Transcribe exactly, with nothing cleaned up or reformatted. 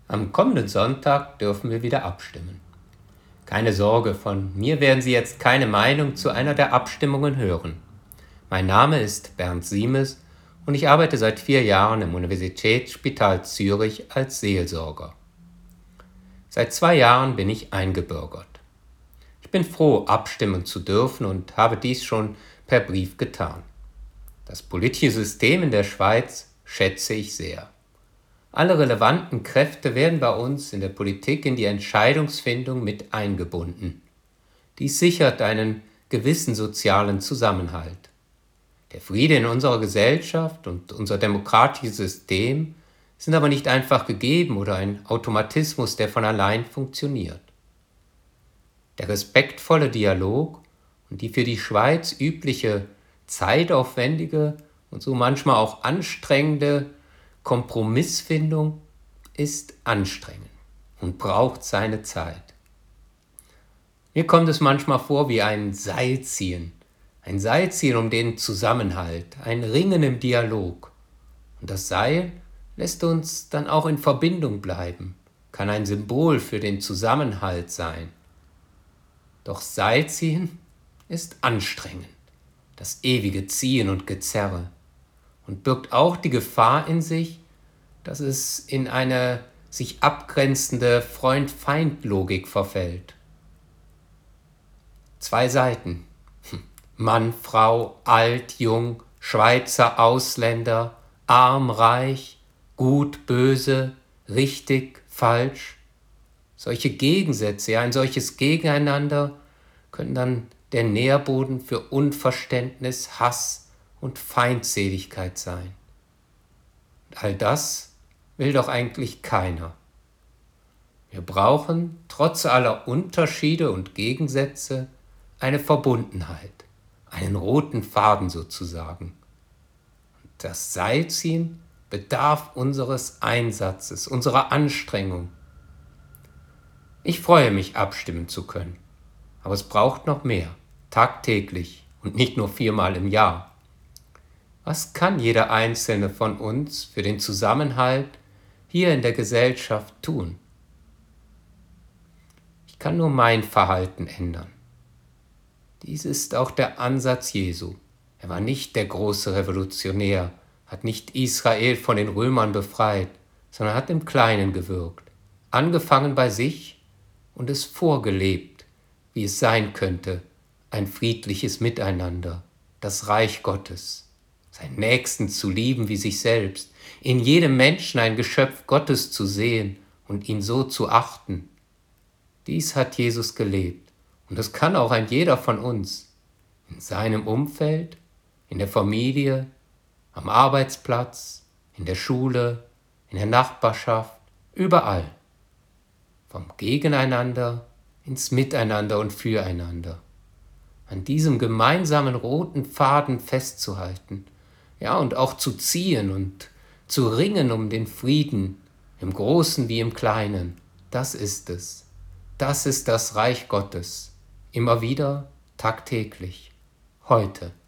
Am kommenden Sonntag dürfen wir wieder abstimmen. Keine Sorge, von mir werden Sie jetzt keine Meinung zu einer der Abstimmungen hören. Mein Name ist Bernd Siemes und ich arbeite seit vier Jahren im Universitätsspital Zürich als Seelsorger. Seit zwei Jahren bin ich eingebürgert. Ich bin froh, abstimmen zu dürfen und habe dies schon per Brief getan. Das politische System in der Schweiz schätze ich sehr. Alle relevanten Kräfte werden bei uns in der Politik in die Entscheidungsfindung mit eingebunden. Dies sichert einen gewissen sozialen Zusammenhalt. Der Friede in unserer Gesellschaft und unser demokratisches System sind aber nicht einfach gegeben oder ein Automatismus, der von allein funktioniert. Der respektvolle Dialog und die für die Schweiz übliche zeitaufwendige und so manchmal auch anstrengende Kompromissfindung ist anstrengend und braucht seine Zeit. Mir kommt es manchmal vor wie ein Seilziehen, ein Seilziehen um den Zusammenhalt, ein Ringen im Dialog. Und das Seil lässt uns dann auch in Verbindung bleiben, kann ein Symbol für den Zusammenhalt sein. Doch Seilziehen ist anstrengend, das ewige Ziehen und Gezerre, und birgt auch die Gefahr in sich, dass es in eine sich abgrenzende Freund-Feind-Logik verfällt. Zwei Seiten, Mann, Frau, alt, jung, Schweizer, Ausländer, arm, reich, gut, böse, richtig, falsch. Solche Gegensätze, ja, ein solches Gegeneinander können dann der Nährboden für Unverständnis, Hass und Feindseligkeit sein. Und all das will doch eigentlich keiner. Wir brauchen trotz aller Unterschiede und Gegensätze eine Verbundenheit, einen roten Faden sozusagen. Und das Seilziehen bedarf unseres Einsatzes, unserer Anstrengung. Ich freue mich, abstimmen zu können, aber es braucht noch mehr, tagtäglich und nicht nur viermal im Jahr. Was kann jeder Einzelne von uns für den Zusammenhalt hier in der Gesellschaft tun? Ich kann nur mein Verhalten ändern. Dies ist auch der Ansatz Jesu. Er war nicht der große Revolutionär, hat nicht Israel von den Römern befreit, sondern hat im Kleinen gewirkt, angefangen bei sich und es vorgelebt, wie es sein könnte, ein friedliches Miteinander, das Reich Gottes. Seinen Nächsten zu lieben wie sich selbst, in jedem Menschen ein Geschöpf Gottes zu sehen und ihn so zu achten. Dies hat Jesus gelebt und das kann auch ein jeder von uns, in seinem Umfeld, in der Familie, am Arbeitsplatz, in der Schule, in der Nachbarschaft, überall. Vom Gegeneinander ins Miteinander und Füreinander. An diesem gemeinsamen roten Faden festzuhalten, ja, und auch zu ziehen und zu ringen um den Frieden, im Großen wie im Kleinen. Das ist es. Das ist das Reich Gottes. Immer wieder, tagtäglich, heute.